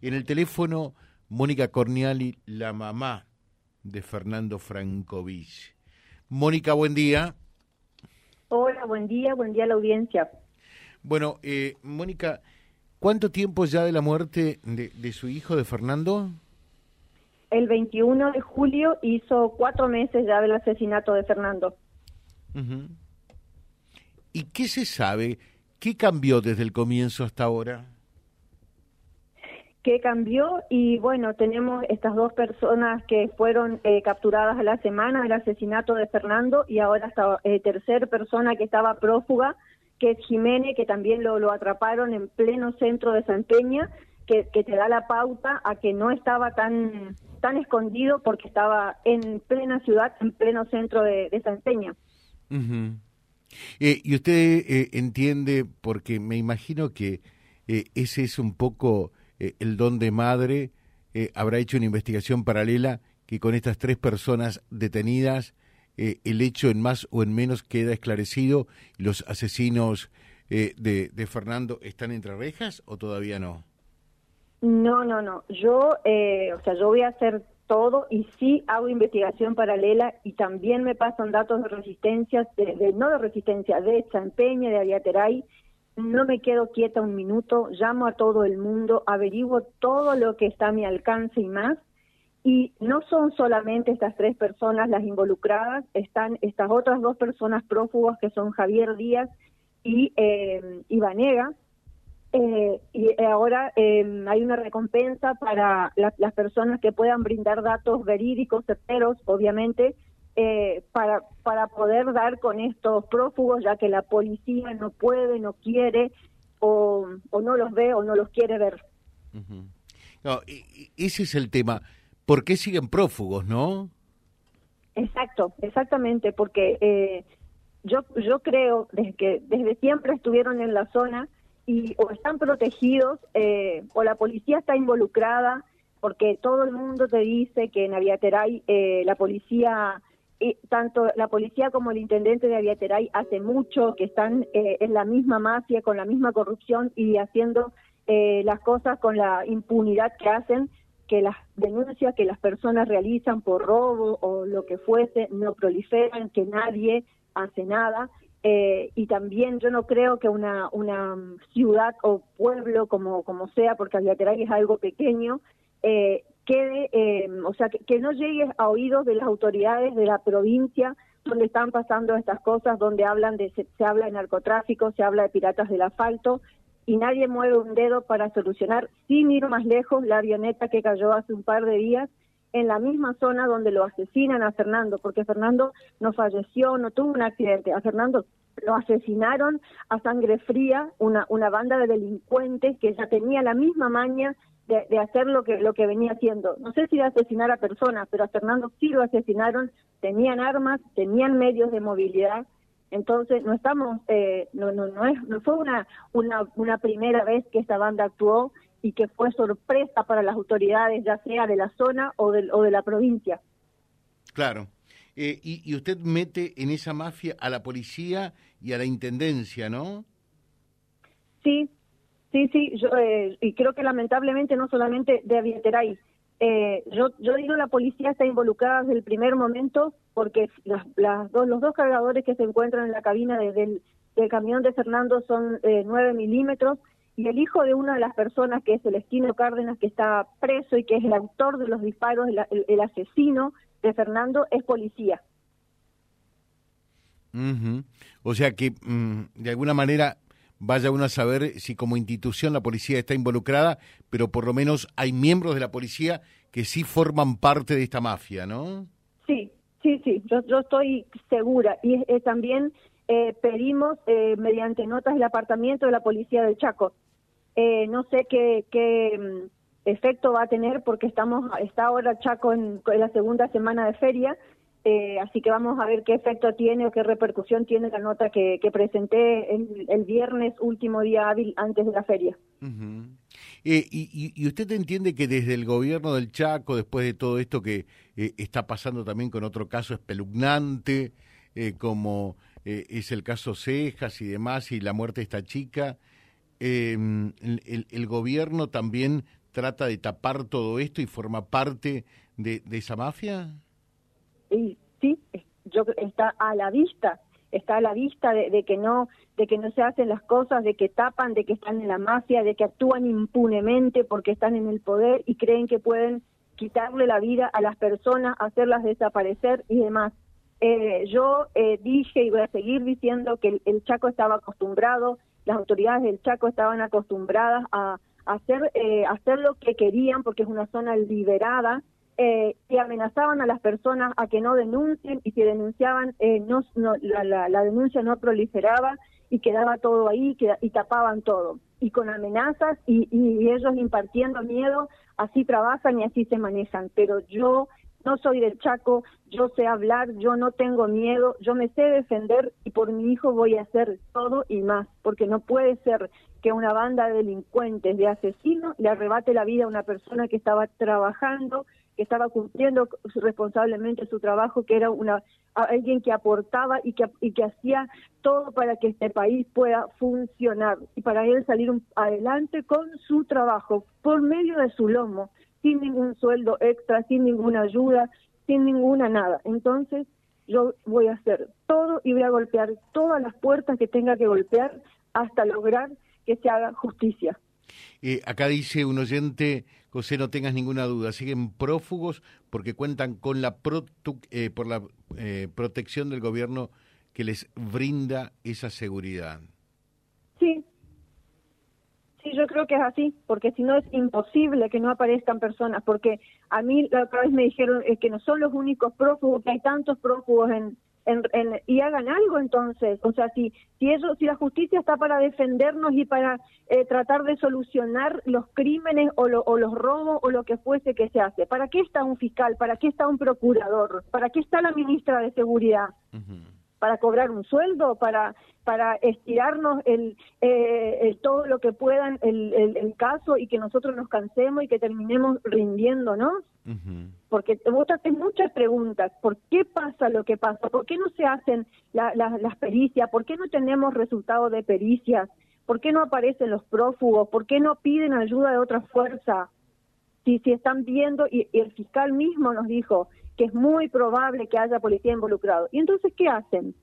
En el teléfono, Mónica Corniali, la mamá de Fernando Francovich. Mónica, buen día. Hola, buen día a la audiencia. Bueno, Mónica, ¿cuánto tiempo ya de la muerte de su hijo, de Fernando? El 21 de julio hizo 4 meses ya del asesinato de Fernando. Uh-huh. ¿Y qué se sabe? ¿Qué cambió desde el comienzo hasta ahora? ¿Qué cambió? Y bueno, tenemos estas 2 personas que fueron capturadas a la semana del asesinato de Fernando, y ahora esta tercera persona que estaba prófuga, que es Jiménez, que también lo atraparon en pleno centro de San Peña, que te da la pauta a que no estaba tan escondido, porque estaba en plena ciudad, en pleno centro de San Peña. Uh-huh. Y usted entiende, porque me imagino que ese es un poco el don de madre, habrá hecho una investigación paralela que con estas 3 personas detenidas el hecho en más o en menos queda esclarecido, y los asesinos de Fernando están entre rejas o todavía no. No. Yo voy a hacer todo, y sí hago investigación paralela, y también me pasan datos de resistencia, no de resistencia, de San Peña, de Aviateray. No me quedo quieta un minuto, llamo a todo el mundo, averiguo todo lo que está a mi alcance y más. Y no son solamente estas 3 personas las involucradas, están estas otras 2 personas prófugas, que son Javier Díaz y Vanega. Y ahora hay una recompensa para las personas que puedan brindar datos verídicos, certeros, obviamente, para poder dar con estos prófugos, ya que la policía no puede, no quiere, o no los ve o no los quiere ver. Uh-huh. No, ese es el tema. ¿Por qué siguen prófugos, no? Exactamente, porque yo creo desde siempre estuvieron en la zona, y o están protegidos o la policía está involucrada, porque todo el mundo te dice que en Aviateray la policía, tanto la policía como el intendente de Aviateray, hace mucho que están en la misma mafia, con la misma corrupción, y haciendo las cosas con la impunidad que hacen, que las denuncias que las personas realizan por robo o lo que fuese no proliferan, que nadie hace nada. Y también yo no creo que una ciudad o pueblo, como sea, porque Aviateray es algo pequeño, quede, que no llegue a oídos de las autoridades de la provincia, donde están pasando estas cosas, donde se habla de narcotráfico, se habla de piratas del asfalto, y nadie mueve un dedo para solucionar. Sin ir más lejos, la avioneta que cayó hace un par de días en la misma zona donde lo asesinan a Fernando, porque Fernando no falleció, no tuvo un accidente, a Fernando lo asesinaron a sangre fría, una banda de delincuentes que ya tenía la misma maña de hacer lo que venía haciendo. No sé si de asesinar a personas, pero a Fernando sí lo asesinaron, tenían armas, tenían medios de movilidad. Entonces no estamos, no fue una primera vez que esta banda actuó, y que fue sorpresa para las autoridades, ya sea de la zona o de la provincia. Claro. Y usted mete en esa mafia a la policía y a la intendencia, ¿no? Sí, yo y creo que lamentablemente no solamente de Aviateray. Yo digo, la policía está involucrada desde el primer momento, porque los 2 cargadores que se encuentran en la cabina del camión de Fernando son 9 milímetros, y el hijo de una de las personas, que es Celestino Cárdenas, que está preso y que es el autor de los disparos, el asesino de Fernando, es policía. Uh-huh. O sea que de alguna manera vaya uno a saber si como institución la policía está involucrada, pero por lo menos hay miembros de la policía que sí forman parte de esta mafia, ¿no? Sí, yo estoy segura, y también pedimos mediante notas el apartamiento de la policía del Chaco. No sé qué efecto va a tener, porque está ahora Chaco en la segunda semana de feria, así que vamos a ver qué efecto tiene o qué repercusión tiene la nota que presenté el viernes, último día hábil antes de la feria. Uh-huh. ¿Y usted entiende que desde el gobierno del Chaco, después de todo esto que está pasando también con otro caso espeluznante, como es el caso Cejas y demás, y la muerte de esta chica, el gobierno también trata de tapar todo esto y forma parte de esa mafia? Y sí, está a la vista, de que no se hacen las cosas, de que tapan, de que están en la mafia, de que actúan impunemente porque están en el poder y creen que pueden quitarle la vida a las personas, hacerlas desaparecer y demás. Yo dije y voy a seguir diciendo que el Chaco estaba acostumbrado, las autoridades del Chaco estaban acostumbradas a hacer lo que querían porque es una zona liberada, y amenazaban a las personas a que no denuncien, y si denunciaban la denuncia no proliferaba y quedaba todo ahí y tapaban todo, y con amenazas y ellos impartiendo miedo, así trabajan y así se manejan. Pero yo no soy del Chaco, yo sé hablar, yo no tengo miedo, yo me sé defender y por mi hijo voy a hacer todo y más, porque no puede ser que una banda de delincuentes, de asesinos, le arrebate la vida a una persona que estaba trabajando, que estaba cumpliendo responsablemente su trabajo, que era alguien que aportaba y que hacía todo para que este país pueda funcionar y para él salir adelante con su trabajo, por medio de su lomo, sin ningún sueldo extra, sin ninguna ayuda, sin ninguna nada. Entonces yo voy a hacer todo y voy a golpear todas las puertas que tenga que golpear hasta lograr que se haga justicia. Acá dice un oyente, José, no tengas ninguna duda, siguen prófugos porque cuentan con la protección del gobierno que les brinda esa seguridad. Sí, yo creo que es así, porque si no es imposible que no aparezcan personas, porque a mí la otra vez me dijeron que no son los únicos prófugos, que hay tantos prófugos y hagan algo entonces, o sea, si la justicia está para defendernos y para tratar de solucionar los crímenes o los robos o lo que fuese que se hace, ¿para qué está un fiscal? ¿Para qué está un procurador? ¿Para qué está la ministra de Seguridad? Uh-huh. ¿Para cobrar un sueldo? ¿Para estirarnos todo lo que puedan el caso y que nosotros nos cansemos y que terminemos rindiéndonos? Uh-huh. Porque vos te haces muchas preguntas. ¿Por qué pasa lo que pasa? ¿Por qué no se hacen las pericias? ¿Por qué no tenemos resultados de pericias? ¿Por qué no aparecen los prófugos? ¿Por qué no piden ayuda de otra fuerza? Si están viendo, y el fiscal mismo nos dijo que es muy probable que haya policía involucrado. ¿Y entonces qué hacen?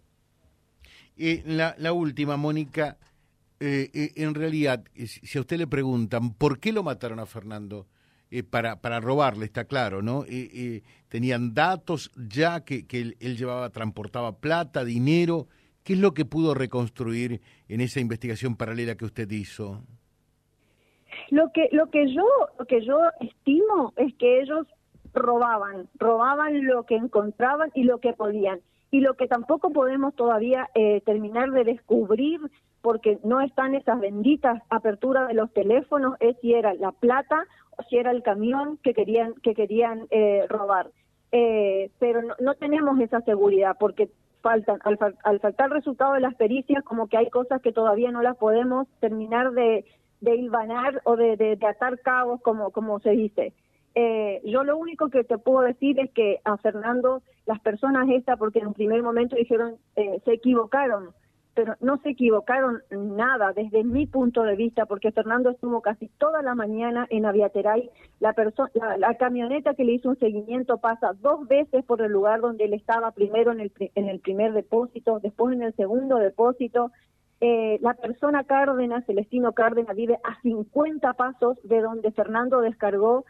La última, Mónica, en realidad, si a usted le preguntan ¿por qué lo mataron a Fernando? Para robarle, está claro, ¿no? Tenían datos ya que él transportaba plata, dinero. ¿Qué es lo que pudo reconstruir en esa investigación paralela que usted hizo? Lo que yo estimo es que ellos robaban lo que encontraban y lo que podían. Y lo que tampoco podemos todavía terminar de descubrir, porque no están esas benditas aperturas de los teléfonos, es si era la plata o si era el camión que querían robar. Pero no tenemos esa seguridad, porque al faltar resultado de las pericias, como que hay cosas que todavía no las podemos terminar de hilvanar o de atar cabos, como se dice. Yo lo único que te puedo decir es que a Fernando, las personas porque en un primer momento dijeron se equivocaron, pero no se equivocaron nada desde mi punto de vista, porque Fernando estuvo casi toda la mañana en Aviateray. La camioneta que le hizo un seguimiento pasa 2 veces por el lugar donde él estaba, primero en el primer depósito, después en el segundo depósito. La persona Cárdenas, Celestino Cárdenas, vive a 50 pasos de donde Fernando descargó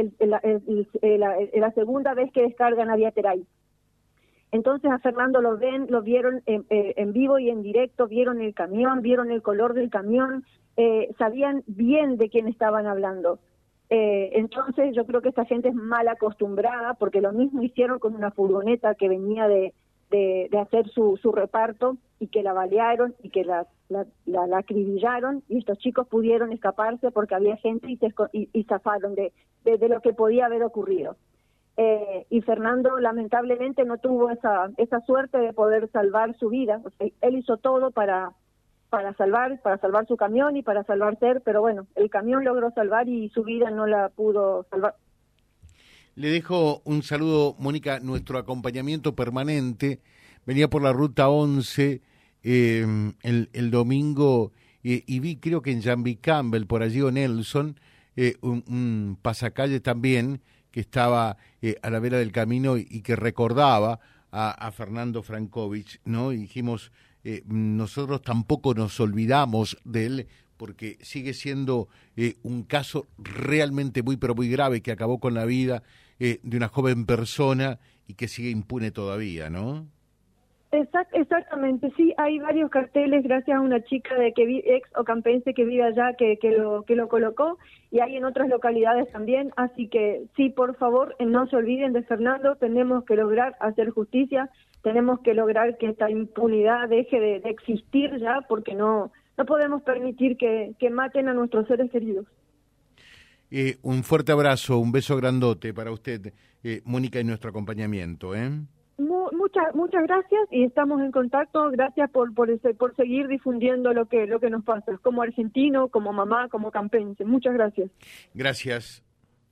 la segunda vez que descargan a Aviateray. Entonces a Fernando lo vieron en vivo y en directo, vieron el camión, vieron el color del camión, sabían bien de quién estaban hablando. Entonces yo creo que esta gente es mal acostumbrada, porque lo mismo hicieron con una furgoneta que venía de hacer su reparto, y que la balearon y que la acribillaron, y estos chicos pudieron escaparse porque había gente y zafaron de lo que podía haber ocurrido. Y Fernando lamentablemente no tuvo esa suerte de poder salvar su vida. O sea, él hizo todo para salvar su camión y para salvarse, pero bueno, el camión logró salvar y su vida no la pudo salvar. Le dejo un saludo, Mónica, nuestro acompañamiento permanente. Venía por la ruta 11 el domingo y vi, creo que en Jambi Campbell, por allí, o Nelson, un pasacalle también que estaba a la vera del camino y que recordaba a Fernando Francovich, ¿no? Y dijimos, nosotros tampoco nos olvidamos de él, porque sigue siendo un caso realmente muy, pero muy grave, que acabó con la vida de una joven persona y que sigue impune todavía, ¿no? Exactamente, sí, hay varios carteles gracias a una chica ex ocampense que vive allá que lo colocó, y hay en otras localidades también, así que sí, por favor, no se olviden de Fernando. Tenemos que lograr hacer justicia, tenemos que lograr que esta impunidad deje de existir ya, porque no podemos permitir que maten a nuestros seres queridos. Un fuerte abrazo, un beso grandote para usted, Mónica, y nuestro acompañamiento, Muchas gracias, y estamos en contacto. Gracias por seguir difundiendo lo que nos pasa, como argentino, como mamá, como campense. Muchas gracias. Gracias.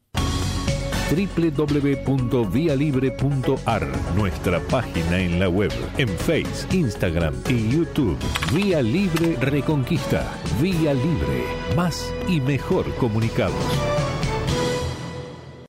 www.vialibre.ar, nuestra página en la web, en Face, Instagram y YouTube. Vía Libre Reconquista. Vía Libre. Más y mejor comunicados.